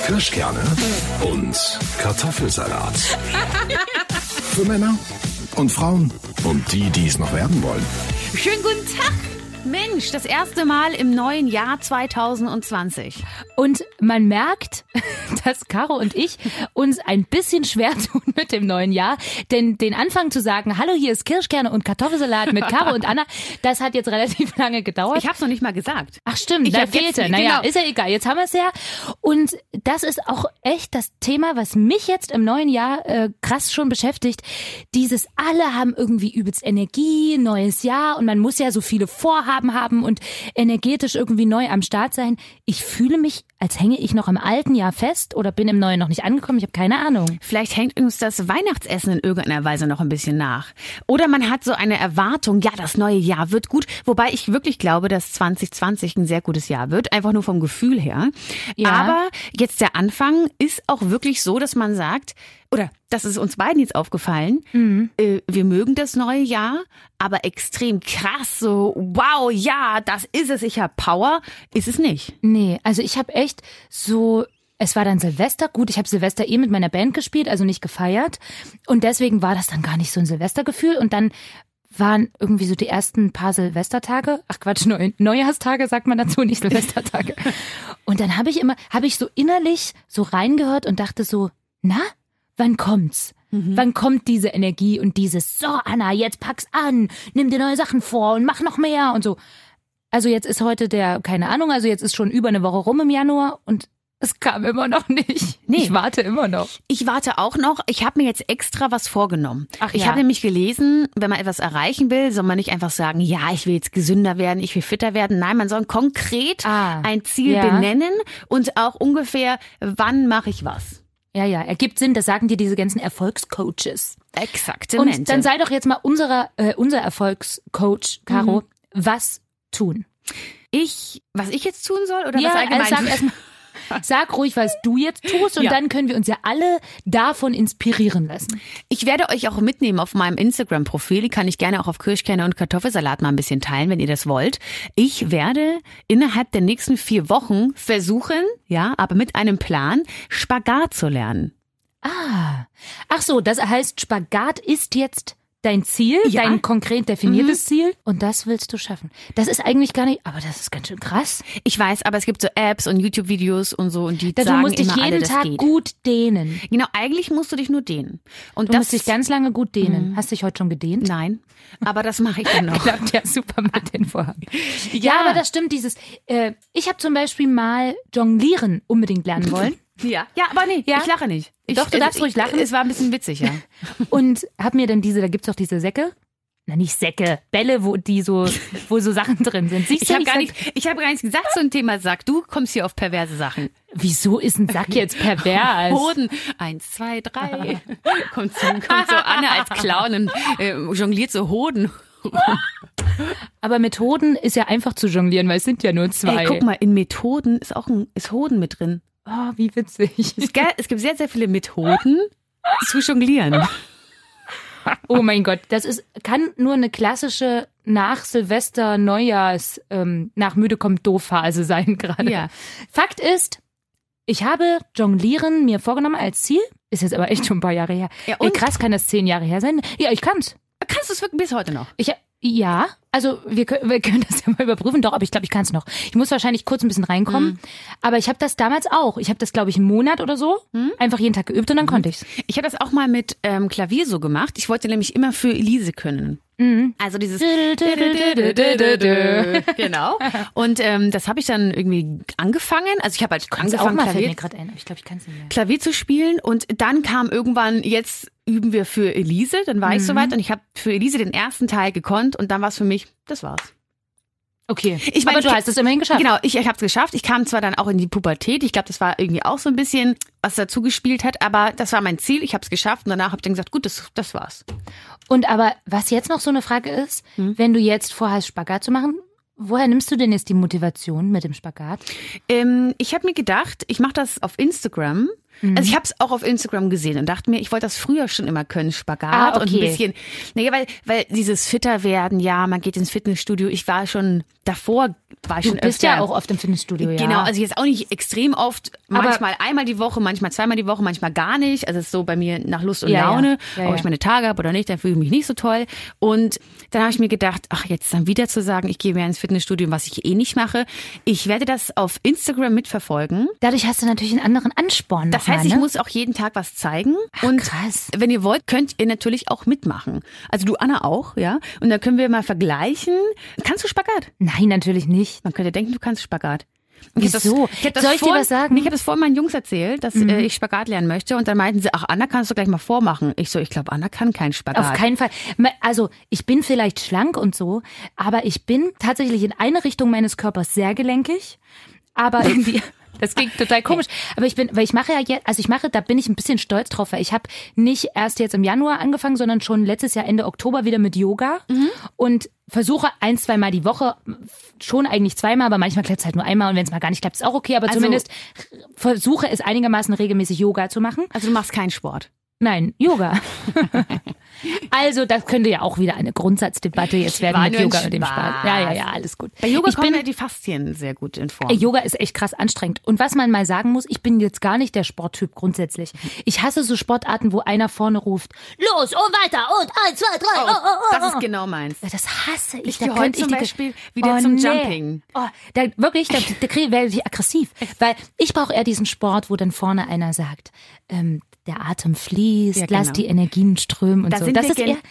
Kirschkerne und Kartoffelsalat. Für Männer und Frauen und die es noch werden wollen. Schönen guten Tag. Mensch, das erste Mal im neuen Jahr 2020. Und man merkt, dass Caro und ich uns ein bisschen schwer tun mit dem neuen Jahr. Denn den Anfang zu sagen, hallo, hier ist Kirschkerne und Kartoffelsalat mit Caro und Anna, das hat jetzt relativ lange gedauert. Ich hab's noch nicht mal gesagt. Ach stimmt, da fehlte. Naja, ist ja egal, jetzt haben wir es ja. Und das ist auch echt das Thema, was mich jetzt im neuen Jahr krass schon beschäftigt. Dieses, alle haben irgendwie übelst Energie, neues Jahr und man muss ja so viele Vorhaben haben und energetisch irgendwie neu am Start sein. Ich fühle mich, als hänge ich noch im alten Jahr fest oder bin im neuen noch nicht angekommen. Ich habe keine Ahnung. Vielleicht hängt uns das Weihnachtsessen in irgendeiner Weise noch ein bisschen nach. Oder man hat so eine Erwartung, ja, das neue Jahr wird gut. Wobei ich wirklich glaube, dass 2020 ein sehr gutes Jahr wird. Einfach nur vom Gefühl her. Ja. Aber jetzt der Anfang ist auch wirklich so, dass man sagt, oder das ist uns beiden jetzt aufgefallen, wir mögen das neue Jahr, aber extrem krass, so wow, ja, das ist es, ich habe Power, ist es nicht. Nee, also ich habe echt so, es war dann Silvester, gut, ich habe Silvester mit meiner Band gespielt, also nicht gefeiert und deswegen war das dann gar nicht so ein Silvestergefühl und dann waren irgendwie so die ersten paar Silvestertage, Neujahrstage sagt man dazu, nicht Silvestertage. Und dann habe ich so innerlich so reingehört und dachte so, na, wann kommt's? Wann kommt diese Energie und dieses, so Anna, jetzt pack's an, nimm dir neue Sachen vor und mach noch mehr und so. Also jetzt ist heute also jetzt ist schon über eine Woche rum im Januar und es kam immer noch nicht. Nee. Ich warte immer noch. Ich warte auch noch. Ich habe mir jetzt extra was vorgenommen. Ich ja. habe nämlich gelesen, wenn man etwas erreichen will, soll man nicht einfach sagen, ja, ich will jetzt gesünder werden, ich will fitter werden. Nein, man soll konkret ein Ziel benennen und auch ungefähr, wann mache ich was. Ja, ergibt Sinn, das sagen dir diese ganzen Erfolgscoaches. Exaktamente. Und dann sei doch jetzt mal unser Erfolgscoach, Caro, was tun? Was ich jetzt tun soll oder ja, was allgemein? Sag ruhig, was du jetzt tust und dann können wir uns ja alle davon inspirieren lassen. Ich werde euch auch mitnehmen auf meinem Instagram-Profil. Die kann ich gerne auch auf Kirschkerne und Kartoffelsalat mal ein bisschen teilen, wenn ihr das wollt. Ich werde innerhalb der nächsten 4 Wochen versuchen, aber mit einem Plan, Spagat zu lernen. Ach so, das heißt, Spagat ist jetzt dein Ziel, dein konkret definiertes Ziel und das willst du schaffen. Das ist eigentlich gar nicht, aber das ist ganz schön krass. Ich weiß, aber es gibt so Apps und YouTube-Videos und so und die du sagen musst dich immer jeden alle, Tag geht. gut dehnen. Genau, eigentlich musst du dich nur dehnen. Und du musst dich ganz lange gut dehnen. Hast du dich heute schon gedehnt? Nein, aber das mache ich dann noch. Klappt ja super mit den Vorhaben. Ja, aber das stimmt, ich habe zum Beispiel mal Jonglieren unbedingt lernen wollen. Ja, aber nee, ich lache nicht. Doch, du darfst ruhig lachen. Es war ein bisschen witzig, ja. Und hab mir dann da gibt's auch diese Säcke. Na, nicht Säcke, Bälle, wo so Sachen drin sind. Siehst du, ich habe gar nichts gesagt zum Thema Sack. Du kommst hier auf perverse Sachen. Wieso ist ein Sack jetzt pervers? Hoden. 1, 2, 3. Kommt so Anne als Clown und jongliert so Hoden. Aber mit Hoden ist ja einfach zu jonglieren, weil es sind ja nur 2. Ey, guck mal, in Methoden ist Hoden mit drin. Oh, wie witzig. Es gibt sehr, sehr viele Methoden zu jonglieren. Oh mein Gott, kann nur eine klassische nach Silvester, Neujahrs, nach müde kommt doof Phase sein gerade. Ja. Fakt ist, ich habe Jonglieren mir vorgenommen als Ziel. Ist jetzt aber echt schon ein paar Jahre her. Ja, und? Krass, kann das 10 Jahre her sein? Ja, ich kann's. Kannst du es wirklich bis heute noch? Ja, also wir können das ja mal überprüfen. Doch, aber ich glaube, ich kann es noch. Ich muss wahrscheinlich kurz ein bisschen reinkommen. Aber ich habe das damals auch. Ich habe das, glaube ich, einen Monat oder so einfach jeden Tag geübt und dann konnte ich's. Ich habe das auch mal mit Klavier so gemacht. Ich wollte nämlich immer für Elise können. Also dieses genau. Und das habe ich dann irgendwie angefangen. Also ich habe halt angefangen, Klavier zu spielen. Und dann kam irgendwann, jetzt üben wir für Elise. Dann war ich soweit und ich habe für Elise den ersten Teil gekonnt. Und dann war es für mich, das war's. Okay, aber du hast es immerhin geschafft. Genau, ich habe es geschafft. Ich kam zwar dann auch in die Pubertät. Ich glaube, das war irgendwie auch so ein bisschen, was dazu gespielt hat. Aber das war mein Ziel. Ich habe es geschafft. Und danach habe ich dann gesagt, gut, das war's. Und aber was jetzt noch so eine Frage ist, wenn du jetzt vorhast, Spagat zu machen, woher nimmst du denn jetzt die Motivation mit dem Spagat? Ich habe mir gedacht, ich mache das auf Instagram Also ich habe es auch auf Instagram gesehen und dachte mir, ich wollte das früher schon immer können, Spagat und ein bisschen, weil dieses fitter werden, ja, man geht ins Fitnessstudio. Ich war schon davor, Du bist ja auch oft im Fitnessstudio, ja. Genau, also jetzt auch nicht extrem oft, manchmal einmal die Woche, manchmal zweimal die Woche, manchmal gar nicht. Also es ist so bei mir nach Lust und Laune, ob ich meine Tage habe oder nicht, dann fühle ich mich nicht so toll. Und dann habe ich mir gedacht, ach, jetzt dann wieder zu sagen, ich gehe mehr ins Fitnessstudio, was ich eh nicht mache. Ich werde das auf Instagram mitverfolgen. Dadurch hast du natürlich einen anderen Ansporn. Das heißt, ich muss auch jeden Tag was zeigen. Ach, und krass. Wenn ihr wollt, könnt ihr natürlich auch mitmachen. Also du, Anna, auch, ja. Und da können wir mal vergleichen. Kannst du Spagat? Nein, natürlich nicht. Man könnte denken, du kannst Spagat. Wieso? Soll ich dir was sagen? Ich habe das vorhin meinen Jungs erzählt, dass ich Spagat lernen möchte. Und dann meinten sie, ach, Anna, kannst du gleich mal vormachen. Ich glaube, Anna kann keinen Spagat. Auf keinen Fall. Also ich bin vielleicht schlank und so, aber ich bin tatsächlich in eine Richtung meines Körpers sehr gelenkig. Aber irgendwie... Das klingt total komisch. Aber da bin ich ein bisschen stolz drauf, weil ich habe nicht erst jetzt im Januar angefangen, sondern schon letztes Jahr Ende Oktober wieder mit Yoga und versuche 1-2 Mal die Woche, schon eigentlich 2-mal, aber manchmal klappt es halt nur einmal und wenn es mal gar nicht klappt, ist auch okay, aber zumindest versuche es einigermaßen regelmäßig Yoga zu machen. Also du machst keinen Sport? Nein, Yoga. Also das könnte ja auch wieder eine Grundsatzdebatte jetzt werden mit Yoga und dem Sport. Ja, alles gut. Bei Yoga kommen ja die Faszien sehr gut in Form. Yoga ist echt krass anstrengend. Und was man mal sagen muss, ich bin jetzt gar nicht der Sporttyp grundsätzlich. Ich hasse so Sportarten, wo einer vorne ruft, los und weiter und 1, 2, 3. Das ist genau meins. Das hasse ich. Ich gehe heute zum Beispiel wieder zum Jumping. Da werde ich aggressiv. Weil ich brauche eher diesen Sport, wo dann vorne einer sagt, der Atem fließt, lass die Energien strömen und so.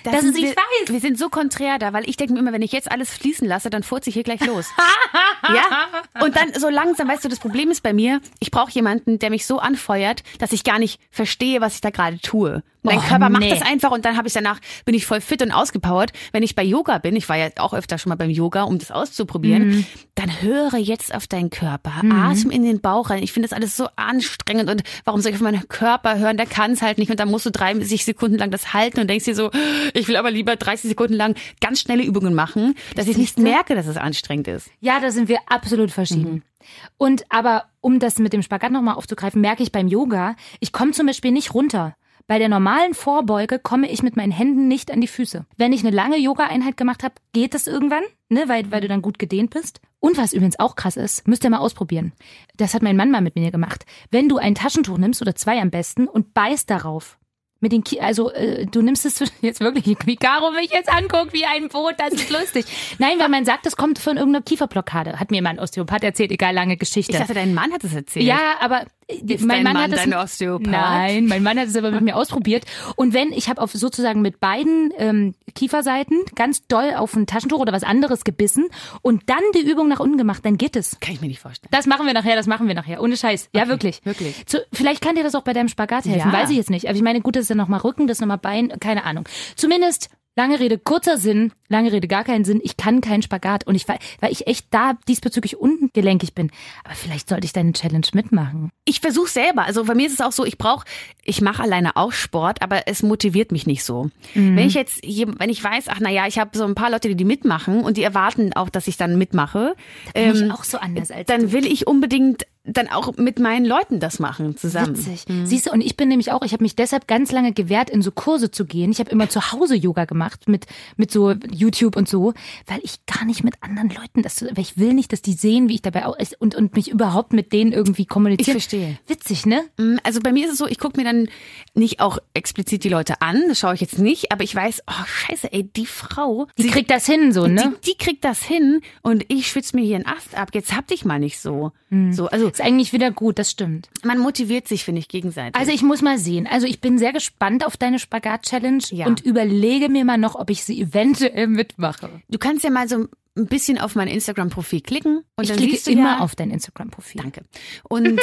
Wir sind so konträr da, weil ich denke mir immer, wenn ich jetzt alles fließen lasse, dann furze ich hier gleich los. Ja? Und dann so langsam, weißt du, das Problem ist bei mir, ich brauche jemanden, der mich so anfeuert, dass ich gar nicht verstehe, was ich da gerade tue. Mein Körper macht das einfach und dann bin ich voll fit und ausgepowert. Wenn ich bei Yoga bin, ich war ja auch öfter schon mal beim Yoga, um das auszuprobieren, dann höre jetzt auf deinen Körper, atme in den Bauch rein. Ich finde das alles so anstrengend und warum soll ich auf meinen Körper hören? Der kann es halt nicht und dann musst du 30 Sekunden lang das halten und denkst dir so, ich will aber lieber 30 Sekunden lang ganz schnelle Übungen machen, dass ich nicht merke, dass es anstrengend ist. Ja, da sind wir absolut verschieden. Und aber um das mit dem Spagat nochmal aufzugreifen, merke ich beim Yoga, ich komme zum Beispiel nicht runter. Bei der normalen Vorbeuge komme ich mit meinen Händen nicht an die Füße. Wenn ich eine lange Yoga-Einheit gemacht habe, geht das irgendwann, ne, weil du dann gut gedehnt bist. Und was übrigens auch krass ist, müsst ihr mal ausprobieren. Das hat mein Mann mal mit mir gemacht. Wenn du ein Taschentuch nimmst, oder 2 am besten, und beißt darauf, mit den du nimmst es jetzt wirklich, wie Caro mich jetzt anguckt, wie ein Boot, das ist lustig. Nein, weil man sagt, das kommt von irgendeiner Kieferblockade. Hat mir mein Osteopath erzählt, egal, lange Geschichte. Ich dachte, dein Mann hat es erzählt. Ja, aber mein Mann hat es. Dein Osteopath? Nein, mein Mann hat es aber mit mir ausprobiert. Und ich habe auf sozusagen mit beiden Kieferseiten ganz doll auf ein Taschentuch oder was anderes gebissen und dann die Übung nach unten gemacht, dann geht es. Kann ich mir nicht vorstellen. Das machen wir nachher. Ohne Scheiß. Ja, okay, wirklich. Vielleicht kann dir das auch bei deinem Spagat helfen, weiß ich jetzt nicht. Aber ich meine, gut, das ist ja nochmal Rücken, das ist nochmal Bein, keine Ahnung. Zumindest, lange Rede, kurzer Sinn, lange Rede, gar keinen Sinn. Ich kann keinen Spagat und weil ich echt da diesbezüglich ungelenkig bin. Aber vielleicht sollte ich deine Challenge mitmachen. Ich versuche selber. Also bei mir ist es auch so, ich mache alleine auch Sport, aber es motiviert mich nicht so. Wenn ich weiß, ich habe so ein paar Leute, die mitmachen und die erwarten auch, dass ich dann mitmache. Da bin ich auch so anders als dann will ich unbedingt dann auch mit meinen Leuten das machen zusammen. Witzig. Siehst du, und ich bin nämlich auch, ich habe mich deshalb ganz lange gewehrt, in so Kurse zu gehen. Ich habe immer zu Hause Yoga gemacht mit so YouTube und so, weil ich gar nicht mit anderen Leuten weil ich will nicht, dass die sehen, wie ich dabei auch und mich überhaupt mit denen irgendwie kommunizieren. Ich verstehe. Witzig, ne? Also bei mir ist es so, ich gucke mir dann nicht auch explizit die Leute an, das schaue ich jetzt nicht, aber ich weiß, oh scheiße, ey, die Frau. Die kriegt das hin, so, ne? Die kriegt das hin und ich schwitze mir hier einen Ast ab. Jetzt hab dich mal nicht so. Also ist eigentlich wieder gut, das stimmt. Man motiviert sich, finde ich, gegenseitig. Also ich muss mal sehen. Also ich bin sehr gespannt auf deine Spagat-Challenge und überlege mir mal noch, ob ich sie eventuell mitmache. Du kannst ja mal so ein bisschen auf mein Instagram-Profil klicken. Und ich dann klicke siehst du immer auf dein Instagram-Profil. Danke. Und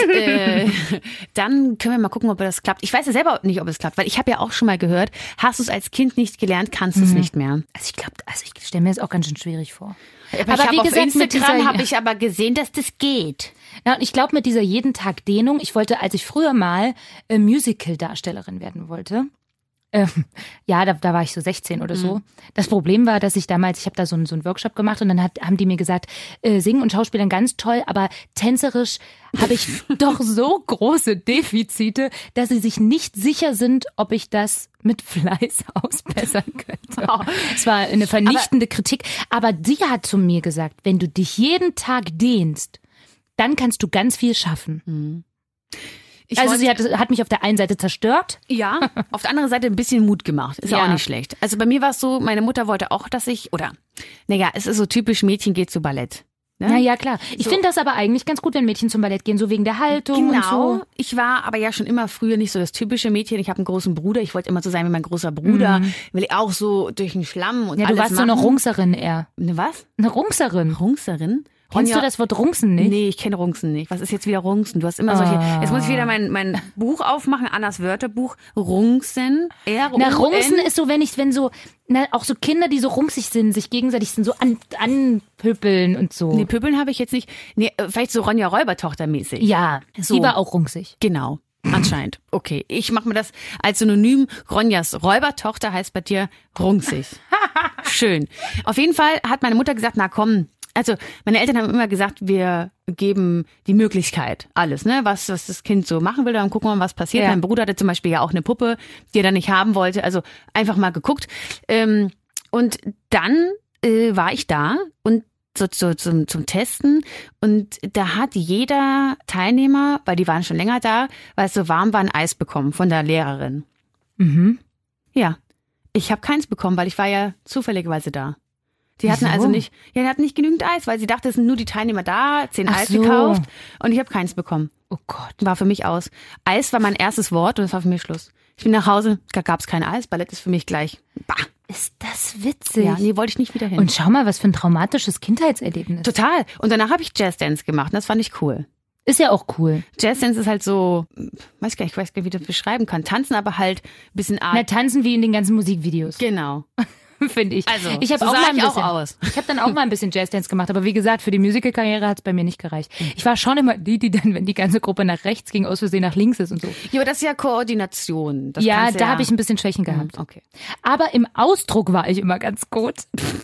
dann können wir mal gucken, ob das klappt. Ich weiß ja selber nicht, ob es klappt, weil ich habe ja auch schon mal gehört, hast du es als Kind nicht gelernt, kannst du es nicht mehr. Also ich stelle mir das auch ganz schön schwierig vor. Aber wie gesagt, auf Instagram habe ich aber gesehen, dass das geht. Ja, und ich glaube, mit dieser jeden Tag Dehnung, als ich früher mal Musical-Darstellerin werden wollte, Ja, da war ich so 16 oder so. Das Problem war, dass ich damals, ich habe da so einen Workshop gemacht und dann haben die mir gesagt, Singen und Schauspielern ganz toll, aber tänzerisch habe ich doch so große Defizite, dass sie sich nicht sicher sind, ob ich das mit Fleiß ausbessern könnte. Es war eine vernichtende Kritik. Aber sie hat zu mir gesagt, wenn du dich jeden Tag dehnst, dann kannst du ganz viel schaffen. Also sie hat mich auf der einen Seite zerstört. Ja, auf der anderen Seite ein bisschen Mut gemacht. Ist Ja. auch nicht schlecht. Also bei mir war es so, meine Mutter wollte auch, dass ich, es ist so typisch, Mädchen geht zu Ballett. Ne? Na ja, klar. Ich finde das aber eigentlich ganz gut, wenn Mädchen zum Ballett gehen, so wegen der Haltung und so. Ich war aber ja schon immer früher nicht so das typische Mädchen. Ich habe einen großen Bruder. Ich wollte immer so sein wie mein großer Bruder. Will auch so durch den Schlamm und Ja, alles du warst machen. so eine Rungserin eher. Eine was? Eine Rungserin. Rungserin? Kennst du das Wort Rungsen nicht? Nee, ich kenne Rungsen nicht. Was ist jetzt wieder Rungsen? Du hast immer solche... Jetzt muss ich wieder mein Buch aufmachen, Annas Wörterbuch. Rungsen. Rungsen ist so, auch so Kinder, die so rungsig sind, sich gegenseitig sind, so anpöpeln und so. Nee, Pöbeln habe ich jetzt nicht. Nee, vielleicht so Ronja Räubertochter mäßig. Ja, So. die war auch rungsig. Genau. Anscheinend. Okay, ich mache mir das als Synonym. Ronjas Räubertochter heißt bei dir rungsig. Schön. Auf jeden Fall hat meine Mutter gesagt, na komm, also meine Eltern haben immer gesagt, wir geben die Möglichkeit, alles, ne, was das Kind so machen will, dann gucken wir mal, was passiert. Ja. Mein Bruder hatte zum Beispiel ja auch eine Puppe, die er dann nicht haben wollte, also einfach mal geguckt. Und dann war ich da und so zum Testen und da hat jeder Teilnehmer, weil die waren schon länger da, weil es so warm war, ein Eis bekommen von der Lehrerin. Mhm. Ja, ich habe keins bekommen, weil ich war ja zufälligerweise da. Die hatten Wieso? also nicht genügend Eis, weil sie dachte, es sind nur die Teilnehmer da, 10 Ach Eis so. gekauft und ich habe keins bekommen. Oh Gott. War für mich aus. Eis war mein erstes Wort und das war für mich Schluss. Ich bin nach Hause, da gab's kein Eis, Ballett ist für mich gleich. Bah. Ist das witzig. Ja, nee, wollte ich nicht wieder hin. Und schau mal, was für ein traumatisches Kindheitserlebnis. Total. Und danach habe ich Jazzdance gemacht und das fand ich cool. Ist ja auch cool. Jazzdance ist halt so, weiß gar nicht, wie ich das beschreiben kann. Tanzen aber halt ein bisschen Na, tanzen wie in den ganzen Musikvideos. Genau. Finde ich. Also, ich habe so auch sah mal ein ich auch bisschen, aus. Ich habe dann auch mal ein bisschen Jazzdance gemacht, aber wie gesagt, für die Musicalkarriere hat es bei mir nicht gereicht. Ich war schon immer die dann, wenn die ganze Gruppe nach rechts ging, aus Versehen nach links ist und so. Ja, aber das ist ja Koordination. Das Ja, kannst du da habe ich ein bisschen Schwächen gehabt. Okay. Aber im Ausdruck war ich immer ganz gut.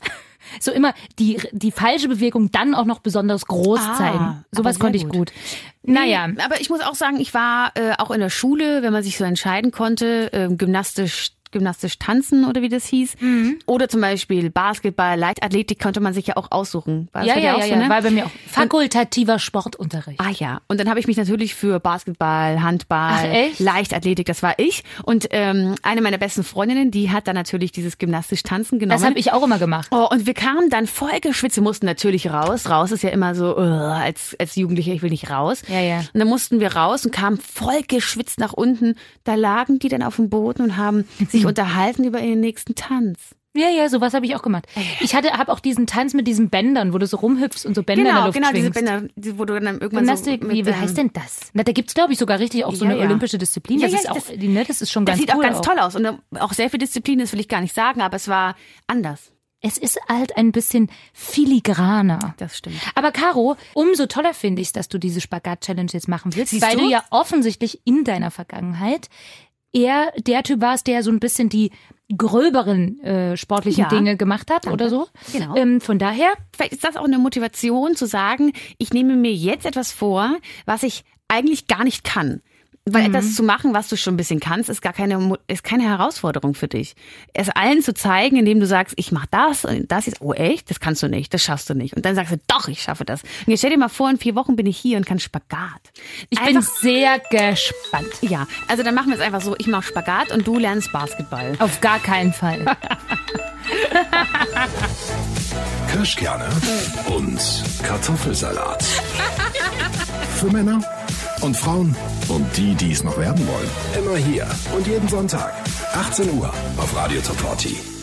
So immer die falsche Bewegung dann auch noch besonders groß zeigen. Sowas aber konnte sehr ich gut. gut. Naja. Nee, aber ich muss auch sagen, ich war auch in der Schule, wenn man sich so entscheiden konnte, gymnastisch tanzen oder wie das hieß. Oder zum Beispiel Basketball, Leichtathletik konnte man sich ja auch aussuchen. War das bei dir auch so, ne? War bei mir auch. Fakultativer Sportunterricht. Ah ja, und dann habe ich mich natürlich für Basketball, Handball, Ach, echt? Leichtathletik, das war ich. Und eine meiner besten Freundinnen, die hat dann natürlich dieses gymnastisch Tanzen genommen. Das habe ich auch immer gemacht. Oh, und wir kamen dann voll geschwitzt. Wir mussten natürlich raus. Raus ist ja immer so, als Jugendliche, ich will nicht raus. Ja, ja. Und dann mussten wir raus und kamen voll geschwitzt nach unten. Da lagen die dann auf dem Boden und haben sich unterhalten über ihren nächsten Tanz. Ja, sowas habe ich auch gemacht. Ich habe auch diesen Tanz mit diesen Bändern, wo du so rumhüpfst und so Bänder in der Luft Genau, diese schwingst. Bänder, wo du dann irgendwann Gymnastik, so wie heißt denn das? Na, da gibt's glaube ich sogar richtig auch so eine Ja. olympische Disziplin. Ja, Das ja, ist auch, das- das ist schon Das ganz sieht cool. auch ganz toll aus. Und auch sehr viel Disziplin, das will ich gar nicht sagen, aber es war anders. Es ist halt ein bisschen filigraner. Das stimmt. Aber Caro, umso toller finde ich, dass du diese Spagat-Challenge jetzt machen willst, Siehst weil du? du ja offensichtlich in deiner Vergangenheit eher der Typ warst, der so ein bisschen die gröberen sportlichen Ja. Dinge gemacht hat oder so. Genau. Von daher, Vielleicht ist das auch eine Motivation zu sagen, ich nehme mir jetzt etwas vor, was ich eigentlich gar nicht kann. Weil etwas zu machen, was du schon ein bisschen kannst, ist keine Herausforderung für dich. Es allen zu zeigen, indem du sagst, ich mach das und das ist, oh echt, das kannst du nicht, das schaffst du nicht. Und dann sagst du, doch, ich schaffe das. Und jetzt stell dir mal vor, in 4 Wochen bin ich hier und kann Spagat. ich bin sehr gespannt. Ja, also dann machen wir es einfach so, ich mache Spagat und du lernst Basketball. Auf gar keinen Fall. Kirschkerne und Kartoffelsalat. Für Männer und Frauen und die es noch werden wollen. Immer hier und jeden Sonntag, 18 Uhr auf Radio Top 40.